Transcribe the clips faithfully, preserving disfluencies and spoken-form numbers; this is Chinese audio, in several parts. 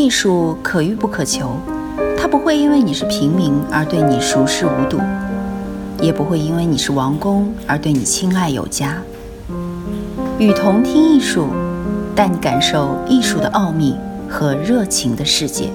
艺术可遇不可求，它不会因为你是平民而对你熟视无睹，也不会因为你是王公而对你青睐有加。与同听艺术，带你感受艺术的奥秘和热情的世界。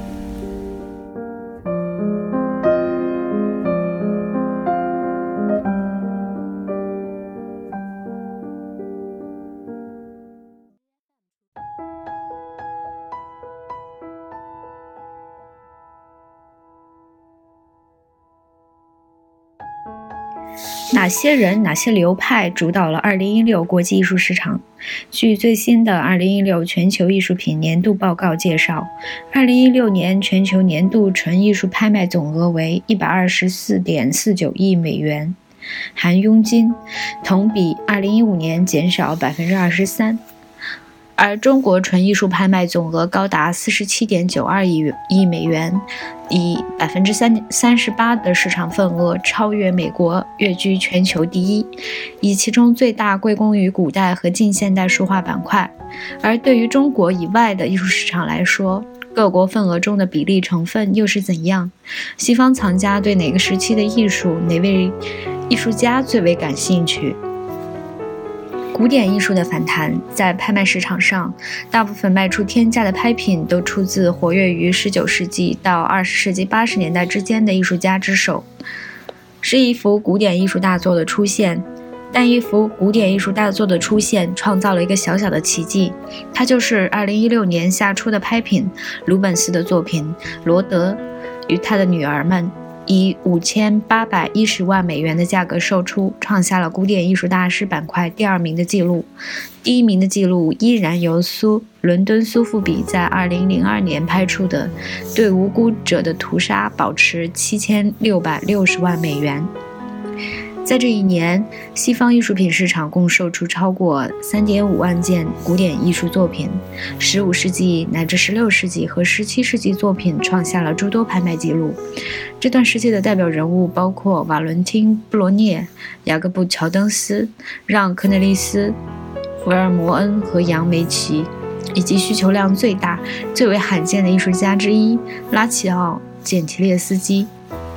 哪些人、哪些流派主导了二零一六国际艺术市场？据最新的二零一六全球艺术品年度报告介绍，二零一六年全球年度纯艺术拍卖总额为 一百二十四点四九亿美元，含佣金，同比二零一五年减少 百分之二十三。而中国纯艺术拍卖总额高达 四十七点九二亿美元，以 百分之三十八 的市场份额超越美国，跃居全球第一，以其中最大归功于古代和近现代书画板块。而对于中国以外的艺术市场来说，各国份额中的比例成分又是怎样？西方藏家对哪个时期的艺术、哪位艺术家最为感兴趣？古典艺术的反弹，在拍卖市场上，大部分卖出天价的拍品都出自活跃于十九世纪到二十世纪八十年代之间的艺术家之手。是一幅古典艺术大作的出现，但一幅古典艺术大作的出现创造了一个小小的奇迹，它就是二零一六年夏初的拍品鲁本斯的作品《罗德与他的女儿们》，以五千八百一十万美元的价格售出，创下了古典艺术大师板块第二名的记录。第一名的记录依然由苏伦敦苏富比在二零零二年拍出的《对无辜者的屠杀》保持七千六百六十万美元。在这一年，西方艺术品市场共售出超过 三点五万件古典艺术作品，十五世纪乃至十六世纪和十七世纪作品创下了诸多拍卖记录。这段时期的代表人物包括瓦伦汀·布罗涅、雅各布·乔登斯、让·科内利斯、福尔摩恩和扬梅奇，以及需求量最大、最为罕见的艺术家之一拉齐奥·简提列斯基。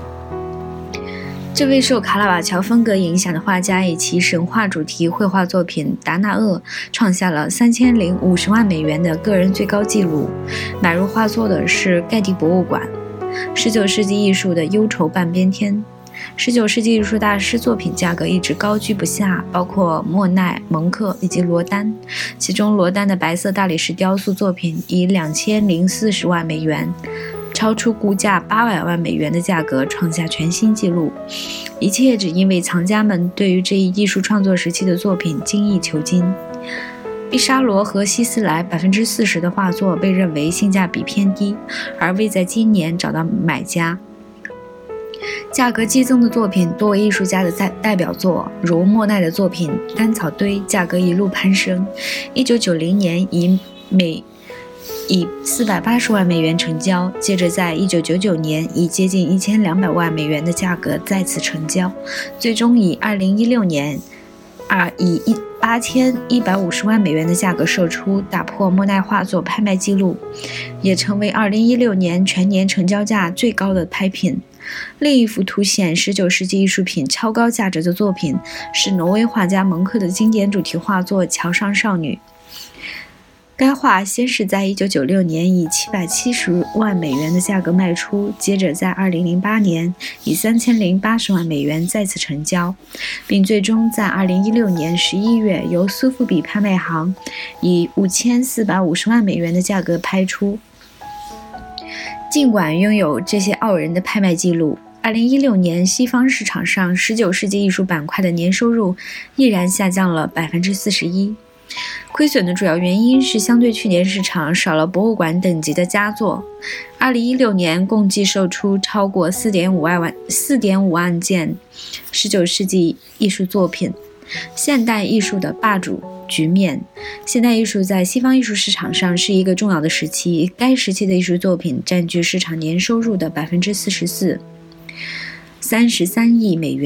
这位受卡拉瓦乔风格影响的画家以其神话主题绘画作品《达纳厄》创下了三千零五十万美元的个人最高纪录。买入画作的是盖蒂博物馆。十九世纪艺术的忧愁半边天。十九世纪艺术大师作品价格一直高居不下，包括莫奈、蒙克以及罗丹。其中罗丹的白色大理石雕塑作品以两千零四十万美元，超出估价八百万美元的价格，创下全新纪录。一切只因为藏家们对于这一艺术创作时期的作品精益求精。毕沙罗和希斯莱 百分之四十 的画作被认为性价比偏低，而未在今年找到买家。价格激增的作品多为艺术家的代代表作，如莫奈的作品《干草堆》价格一路攀升，一九九零年以每以四百八十万美元成交，接着在一九九九年以接近一千两百万美元的价格再次成交，最终以二零一六年二以八千一百五十万美元的价格售出，打破莫奈画作拍卖记录，也成为二零一六年全年成交价最高的拍品。另一幅凸显十九世纪艺术品超高价值的作品是挪威画家蒙克的经典主题画作《桥上少女》。该画先是在一九九六年以七百七十万美元的价格卖出，接着在二零零八年以三千零八十万美元再次成交，并最终在二零一六年十一月由苏富比拍卖行以五千四百五十万美元的价格拍出。尽管拥有这些傲人的拍卖记录，二零一六年西方市场上十九世纪艺术板块的年收入依然下降了 百分之四十一。亏损的主要原因是相对去年市场少了博物馆等级的佳作。二零一六年共计售出超过 四点五万, 四点五万件十九世纪艺术作品。现代艺术的霸主局面。现代艺术在西方艺术市场上是一个重要的时期，该时期的艺术作品占据市场年收入的 百分之四十四， 三十三亿美元。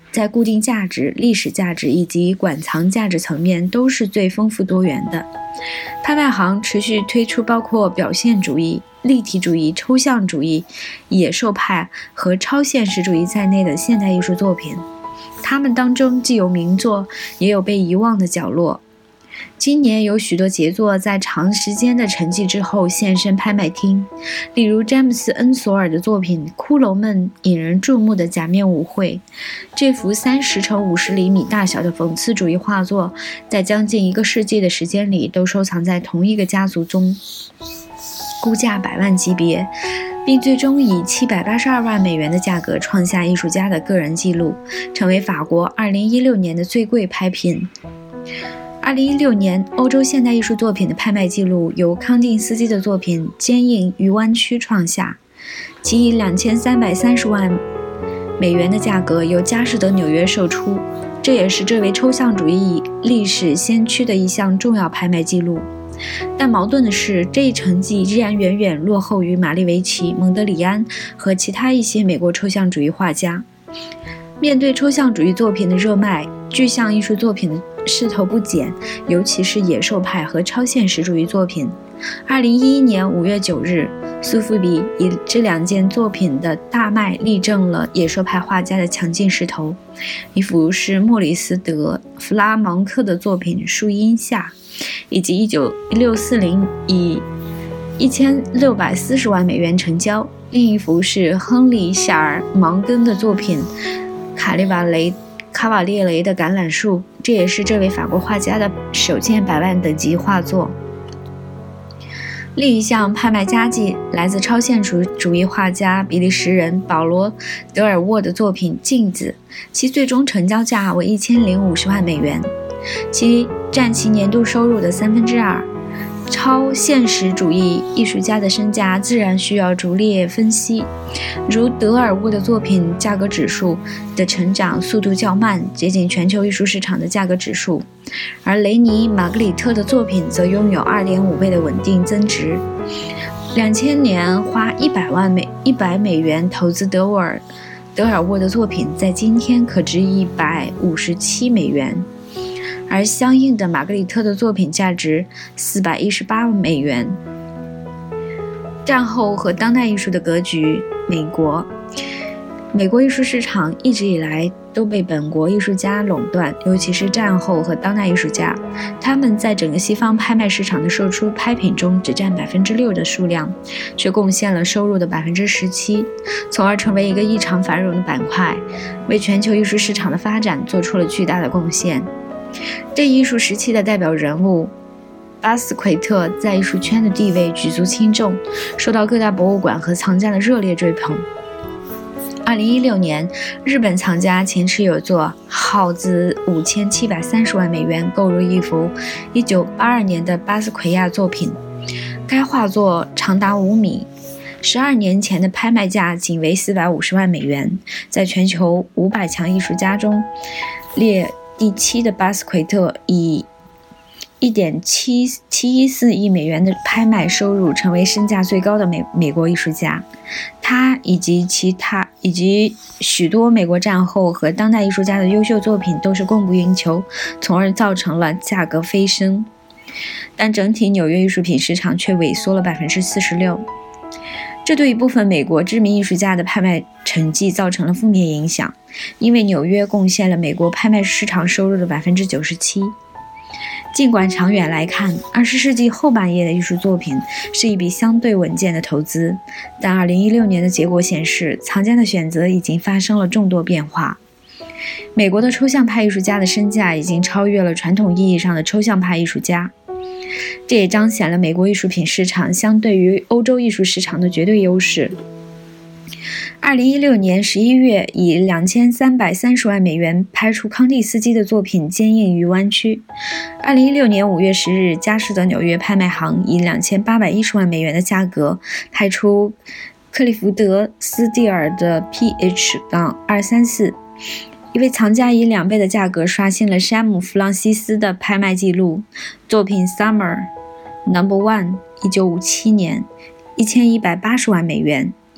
在固定价值、历史价值以及馆藏价值层面都是最丰富多元的。拍卖行持续推出包括表现主义、立体主义、抽象主义、野兽派和超现实主义在内的现代艺术作品，它们当中既有名作，也有被遗忘的角落。今年有许多杰作在长时间的沉寂之后现身拍卖厅，例如詹姆斯·恩索尔的作品《骷髅们引人注目的假面舞会》。这幅三十乘五十厘米大小的讽刺主义画作，在将近一个世纪的时间里都收藏在同一个家族中，估价百万级别，并最终以七百八十二万美元的价格创下艺术家的个人纪录，成为法国二零一六年的最贵拍品。二零一六年，欧洲现代艺术作品的拍卖记录由康定斯基的作品《坚硬与弯曲》创下，其以两千三百三十万美元的价格由佳士得纽约售出，这也是这位抽象主义历史先驱的一项重要拍卖记录。但矛盾的是，这一成绩依然远远落后于马利维奇、蒙德里安和其他一些美国抽象主义画家。面对抽象主义作品的热卖，具象艺术作品的势头不减，尤其是野兽派和超现实主义作品。二零一一年五月九日，苏富比以这两件作品的大卖力证了野兽派画家的强劲势头。一幅是莫里斯·德·弗拉芒克的作品《树荫下》，以及一九六四零以一千六百四十万美元成交；另一幅是亨利·夏尔·芒根的作品卡利瓦雷卡瓦列雷的橄榄树，这也是这位法国画家的首件百万等级画作。另一项拍卖佳绩来自超现实主义画家比利时人保罗·德尔沃的作品《镜子》，其最终成交价为一千零五十万美元，其占其年度收入的三分之二。超现实主义艺术家的身价自然需要逐列分析，如德尔沃的作品价格指数的成长速度较慢，接近全球艺术市场的价格指数，而雷尼·玛格里特的作品则拥有 二点五 倍的稳定增值。两千年花一百万美一百美元投资德尔德尔沃的作品，在今天可值一百五十七美元。而相应的玛格丽特的作品价值四百一十八万美元。战后和当代艺术的格局，美国美国艺术市场一直以来都被本国艺术家垄断，尤其是战后和当代艺术家，他们在整个西方拍卖市场的售出拍品中只占 百分之六 的数量，却贡献了收入的 百分之十七， 从而成为一个异常繁荣的板块，为全球艺术市场的发展做出了巨大的贡献。这一艺术时期的代表人物巴斯奎特在艺术圈的地位举足轻重，受到各大博物馆和藏家的热烈追捧。二零一六年，日本藏家前持有作耗资五千七百三十万美元购入一幅一九八二年的巴斯奎亚作品，该画作长达五米，十二年前的拍卖价仅为四百五十万美元，在全球五百强艺术家中列第七的巴斯奎特以 一点七七一四亿美元的拍卖收入成为身价最高的美美国艺术家。他以及其他以及许多美国战后和当代艺术家的优秀作品都是供不应求，从而造成了价格飞升。但整体纽约艺术品市场却萎缩了 百分之四十六。这对一部分美国知名艺术家的拍卖成绩造成了负面影响，因为纽约贡献了美国拍卖市场收入的 百分之九十七。尽管长远来看，二十世纪后半叶的艺术作品是一笔相对稳健的投资，但二零一六年的结果显示，藏家的选择已经发生了众多变化。美国的抽象派艺术家的身价已经超越了传统意义上的抽象派艺术家，这也彰显了美国艺术品市场相对于欧洲艺术市场的绝对优势。二零一六年十一月，以两千三百三十万美元拍出康定斯基的作品《坚硬与弯曲》。二零一六年五月十日，佳士得纽约拍卖行以两千八百一十万美元的价格拍出克利福德斯蒂尔的 P H 二三四。一位藏家以两倍的价格刷新了山姆·弗朗西斯的拍卖记录，作品 Summer Number One 一九五七年一千一百八十万美元，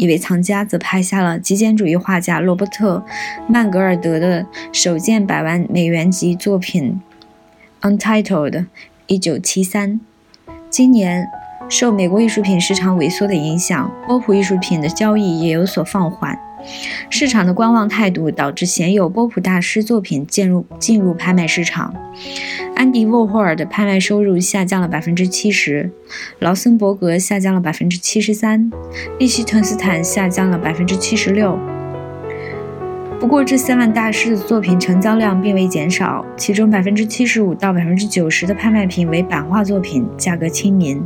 一位藏家则拍下了极简主义画家罗伯特·曼格尔德的首件百万美元级作品 Untitled 一九七三。今年受美国艺术品市场萎缩的影响，波普艺术品的交易也有所放缓。市场的观望态度导致鲜有波普大师作品进入进入拍卖市场。安迪·沃霍尔的拍卖收入下降了 百分之七十， 劳森伯格下降了 百分之七十三， 利希滕斯坦下降了 百分之七十六。 不过这三万大师的作品成交量并未减少，其中 百分之七十五 到 百分之九十 的拍卖品为版画作品，价格亲民。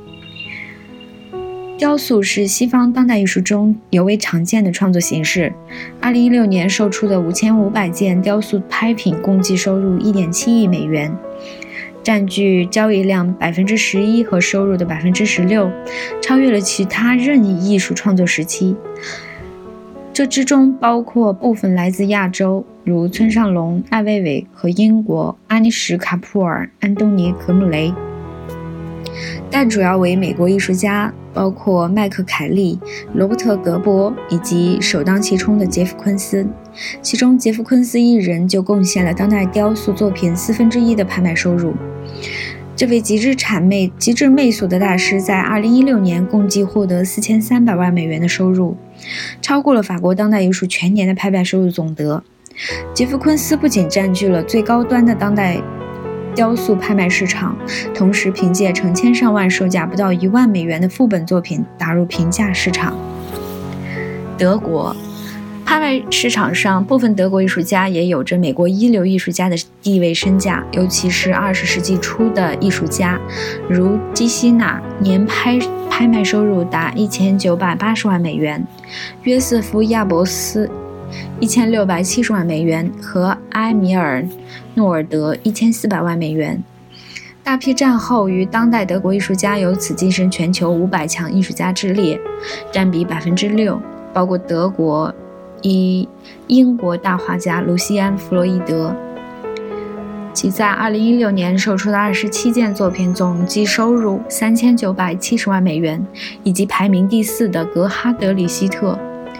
雕塑是西方当代艺术中尤为常见的创作形式。二零一六年售出的五千五百件雕塑拍品共计收入 一点七亿美元，占据交易量 百分之十一 和收入的 百分之十六， 超越了其他任意艺术创作时期。这之中包括部分来自亚洲，如村上隆、艾薇薇和英国阿尼什·卡普尔、安东尼·格姆雷，但主要为美国艺术家，包括麦克凯利、罗伯特格伯以及首当其冲的杰夫昆斯。其中杰夫昆斯一人就贡献了当代雕塑作品四分之一的拍卖收入。这位极致谄媚、极致媚俗的大师在二零一六年共计获得四千三百万美元的收入，超过了法国当代艺术全年的拍卖收入总得。杰夫昆斯不仅占据了最高端的当代雕塑拍卖市场，同时凭借成千上万售价不到一万美元的副本作品打入平价市场。德国拍卖市场上，部分德国艺术家也有着美国一流艺术家的地位身价，尤其是二十世纪初的艺术家，如基希纳，年拍拍卖收入达一千九百八十万美元；约瑟夫·亚伯斯一千六百七十万美元和埃米尔·诺尔德一千四百万美元。大批战后与当代德国艺术家由此晋升全球五百强艺术家之列，占比 百分之六， 包括德国以英国大画家卢西安·弗洛伊德。其在二零一六年售出的二十七件作品总计收入三千九百七十万美元，以及排名第四的格哈德里希特。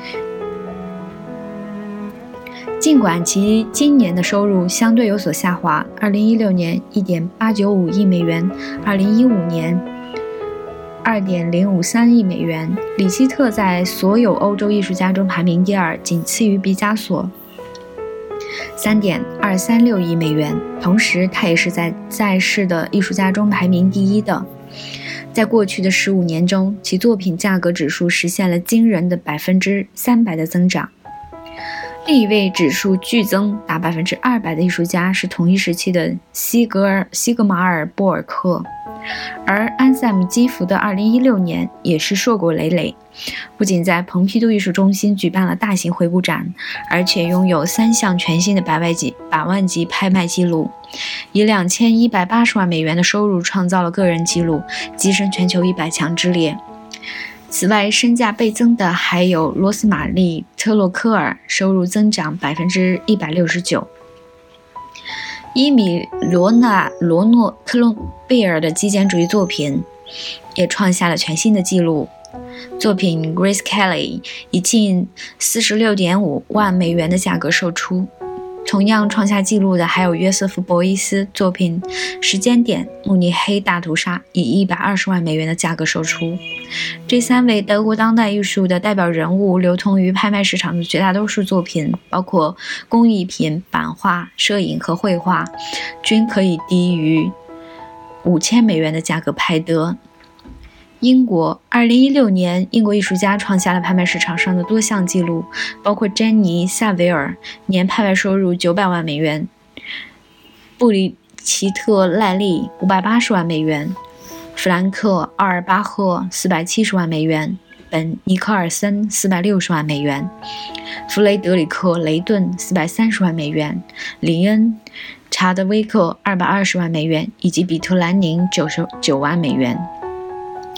尽管其今年的收入相对有所下滑，二零一六年 一点八九五亿美元，二零一五年 二点零五三亿美元，里希特在所有欧洲艺术家中排名第二，仅次于毕加索 三点二三六亿美元，同时他也是在在世的艺术家中排名第一的。在过去的十五年中，其作品价格指数实现了惊人的 百分之三百 的增长。另一位指数剧增达 百分之二百 的艺术家是同一时期的西格尔西格马尔波尔克，而安塞姆基福的二零一六年也是硕果累累，不仅在蓬皮杜艺术中心举办了大型回顾展，而且拥有三项全新的百万级百万级拍卖记录，以两千一百八十万美元的收入创造了个人纪录，跻身全球一百强之列。此外，身价倍增的还有罗斯玛丽·特洛科尔，收入增长 百分之一百六十九。伊米罗纳·罗诺·特隆贝尔的极简主义作品也创下了全新的纪录，作品 Grace Kelly 以近 四十六点五万美元的价格售出。同样创下纪录的还有约瑟夫·博伊斯作品时间点慕尼黑大屠杀，以一百二十万美元的价格售出。这三位德国当代艺术的代表人物流通于拍卖市场的绝大多数作品，包括工艺品、版画、摄影和绘画，均可以低于五千美元的价格拍得。英国二零一六年，英国艺术家创下了拍卖市场上的多项纪录，包括珍妮·萨维尔年拍卖收入九百万美元，布里奇特·赖利五百八十万美元，弗兰克·奥尔巴赫四百七十万美元，本·尼克尔森四百六十万美元，弗雷德里克·雷顿四百三十万美元，林恩·查德威克二百二十万美元，以及比特兰宁九十九万美元。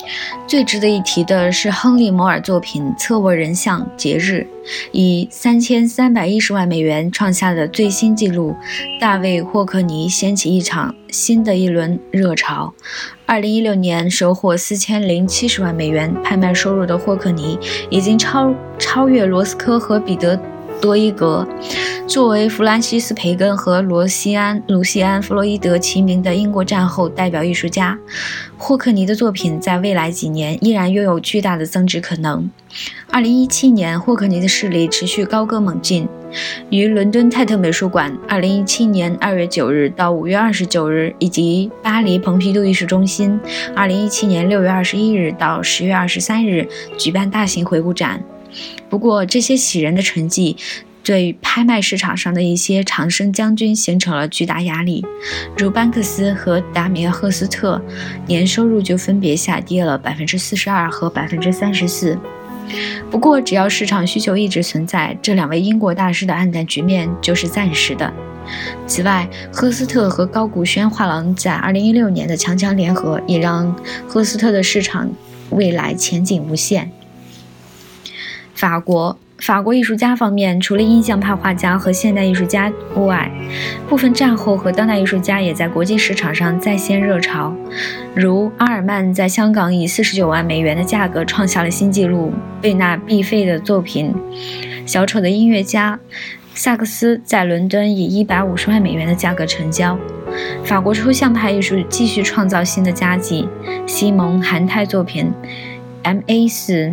最值得一提的是亨利·摩尔作品《侧卧人像节日》，以三千三百一十万美元创下的最新纪录。大卫·霍克尼掀起一场新的一轮热潮。二零一六年收获四千零七十万美元拍卖收入的霍克尼，已经超超越罗斯科和彼得多伊格，作为弗兰西斯·培根和罗西安、鲁西安·弗洛伊德齐名的英国战后代表艺术家，霍克尼的作品在未来几年依然拥有巨大的增值可能。二零一七年，霍克尼的势力持续高歌猛进，于伦敦泰特美术馆二零一七年二月九日到五月二十九日，以及巴黎蓬皮杜艺术中心二零一七年六月二十一日到十月二十三日举办大型回顾展。不过，这些喜人的成绩对拍卖市场上的一些长生将军形成了巨大压力，如班克斯和达米尔·赫斯特，年收入就分别下跌了 百分之四十二 和 百分之三十四。不过，只要市场需求一直存在，这两位英国大师的暗淡局面就是暂时的。此外，赫斯特和高古轩画廊在二零一六年的强强联合，也让赫斯特的市场未来前景无限。法国法国艺术家方面，除了印象派画家和现代艺术家外，部分战后和当代艺术家也在国际市场上再现热潮。如阿尔曼在香港以四十九万美元的价格创下了新纪录，贝纳毕费的作品《小丑的音乐家》萨克斯在伦敦以一百五十万美元的价格成交。法国抽象派艺术继续创造新的佳绩，西蒙·韩泰作品 M A 四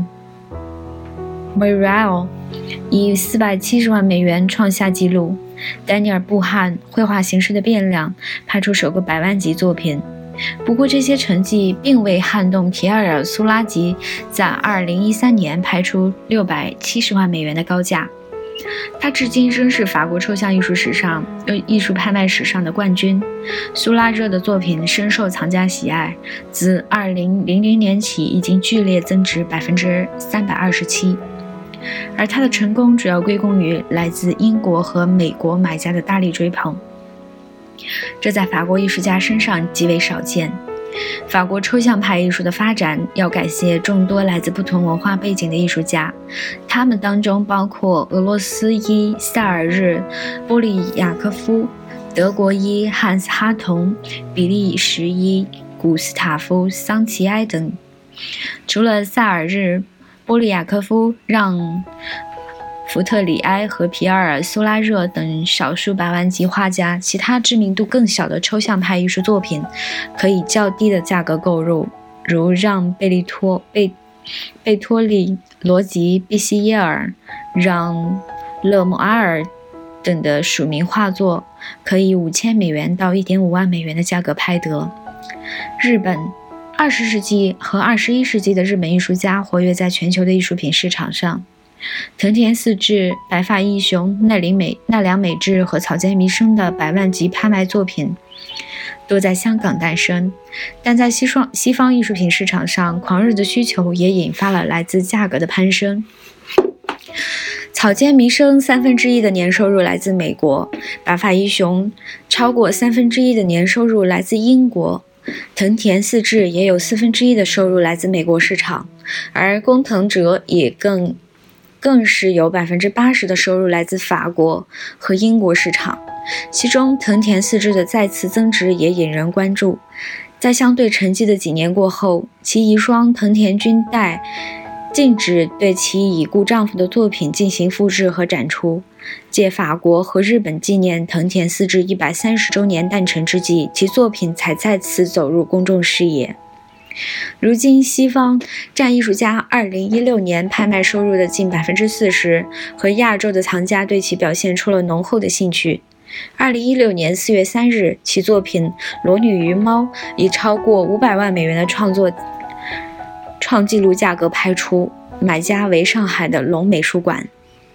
Muriel 以四百七十万美元创下纪录。丹尼尔·布汉绘画形式的变量拍出首个百万级作品。不过这些成绩并未撼动皮埃尔·苏拉吉在二零一三年拍出六百七十万美元的高价。他至今仍是法国抽象艺术史上艺术拍卖史上的冠军。苏拉热的作品深受藏家喜爱，自二零零零年起已经剧烈增值 百分之三百二十七。而他的成功主要归功于来自英国和美国买家的大力追捧，这在法国艺术家身上极为少见。法国抽象派艺术的发展要感谢众多来自不同文化背景的艺术家，他们当中包括俄罗斯裔塞尔日·波利亚科夫、德国裔汉斯·哈同、比利时裔古斯塔夫·桑奇埃等。除了塞尔日波利亚科夫，让福特里埃和皮埃尔·苏拉热等少数百万级画家，其他知名度更小的抽象派艺术作品可以较低的价格购入，如让贝利托贝贝托利、罗吉·毕希耶尔、让勒姆阿尔等的署名画作，可以五千美元到一点五万美元的价格拍得。日本二十世纪和二十一世纪的日本艺术家活跃在全球的艺术品市场上。藤田嗣治、白发一雄、奈良美奈良美智和草间弥生的百万级拍卖作品都在香港诞生，但在西方西方艺术品市场上，狂热的需求也引发了来自价格的攀升。草间弥生三分之一的年收入来自美国，白发一雄超过三分之一的年收入来自英国，藤田嗣治也有四分之一的收入来自美国市场，而工藤哲也更更是有 百分之八十 的收入来自法国和英国市场。其中藤田嗣治的再次增值也引人关注。在相对沉寂的几年过后，其遗孀藤田君代禁止对其已故丈夫的作品进行复制和展出。借法国和日本纪念藤田嗣治一百三十周年诞辰之际，其作品才再次走入公众视野。如今西方占艺术家二零一六年拍卖收入的近 百分之四十， 和亚洲的藏家对其表现出了浓厚的兴趣。二零一六年四月三日，其作品《裸女与猫》以超过五百万美元的创作创纪录价格拍出，买家为上海的龙美术馆。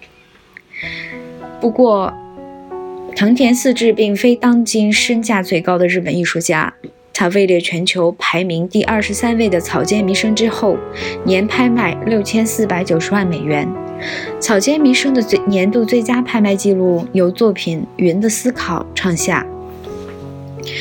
不过藤田嗣治并非当今身价最高的日本艺术家，他位列全球排名第二十三位的草间弥生之后，年拍卖六千四百九十万美元。草间弥生的最年度最佳拍卖纪录由作品《云的思考》创下。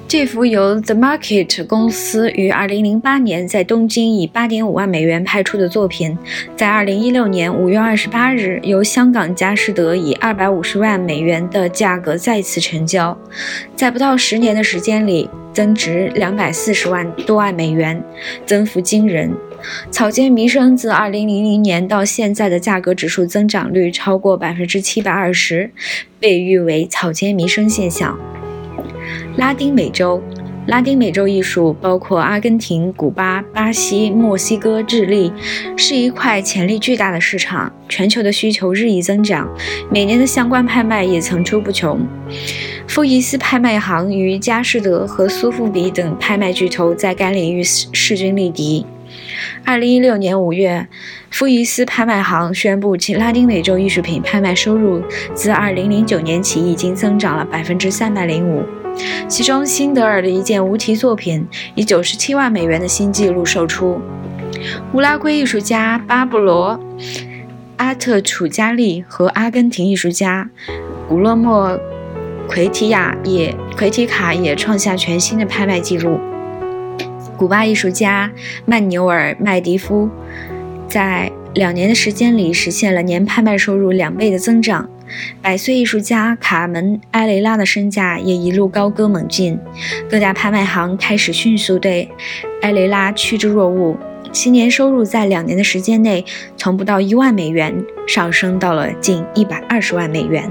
这幅由 The Market 公司于二零零八年在东京以 八点五万美元拍出的作品，在二零一六年五月二十八日由香港佳士得以二百五十万美元的价格再次成交，在不到十年的时间里增值两百四十万多万美元，增幅惊人。草间弥生自二零零零年到现在的价格指数增长率超过 百分之七百二十， 被誉为草间弥生现象。拉丁美洲拉丁美洲艺术包括阿根廷、古巴、巴西、墨西哥、智利，是一块潜力巨大的市场，全球的需求日益增长，每年的相关拍卖也层出不穷。富艺斯拍卖行与佳士得和苏富比等拍卖巨头在该领域势均力敌。二零一六年五月，富艺斯拍卖行宣布其拉丁美洲艺术品拍卖收入自二零零九年起已经增长了 百分之三百零五， 其中辛德尔的一件无题作品以九十七万美元的新纪录售出。乌拉圭艺术家巴布罗·阿特楚加利和阿根廷艺术家古勒莫·奎提亚也奎提卡也创下全新的拍卖纪录。古巴艺术家曼纽尔·麦迪夫在两年的时间里实现了年拍卖收入两倍的增长。百岁艺术家卡门·埃雷拉的身价也一路高歌猛进，各大拍卖行开始迅速对埃雷拉趋之若鹜，其年收入在两年的时间内从不到一万美元上升到了近一百二十万美元。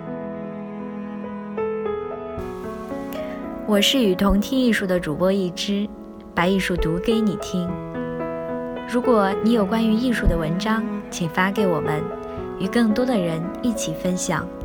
我是与同听艺术的主播一之，把艺术读给你听。如果你有关于艺术的文章，请发给我们，与更多的人一起分享。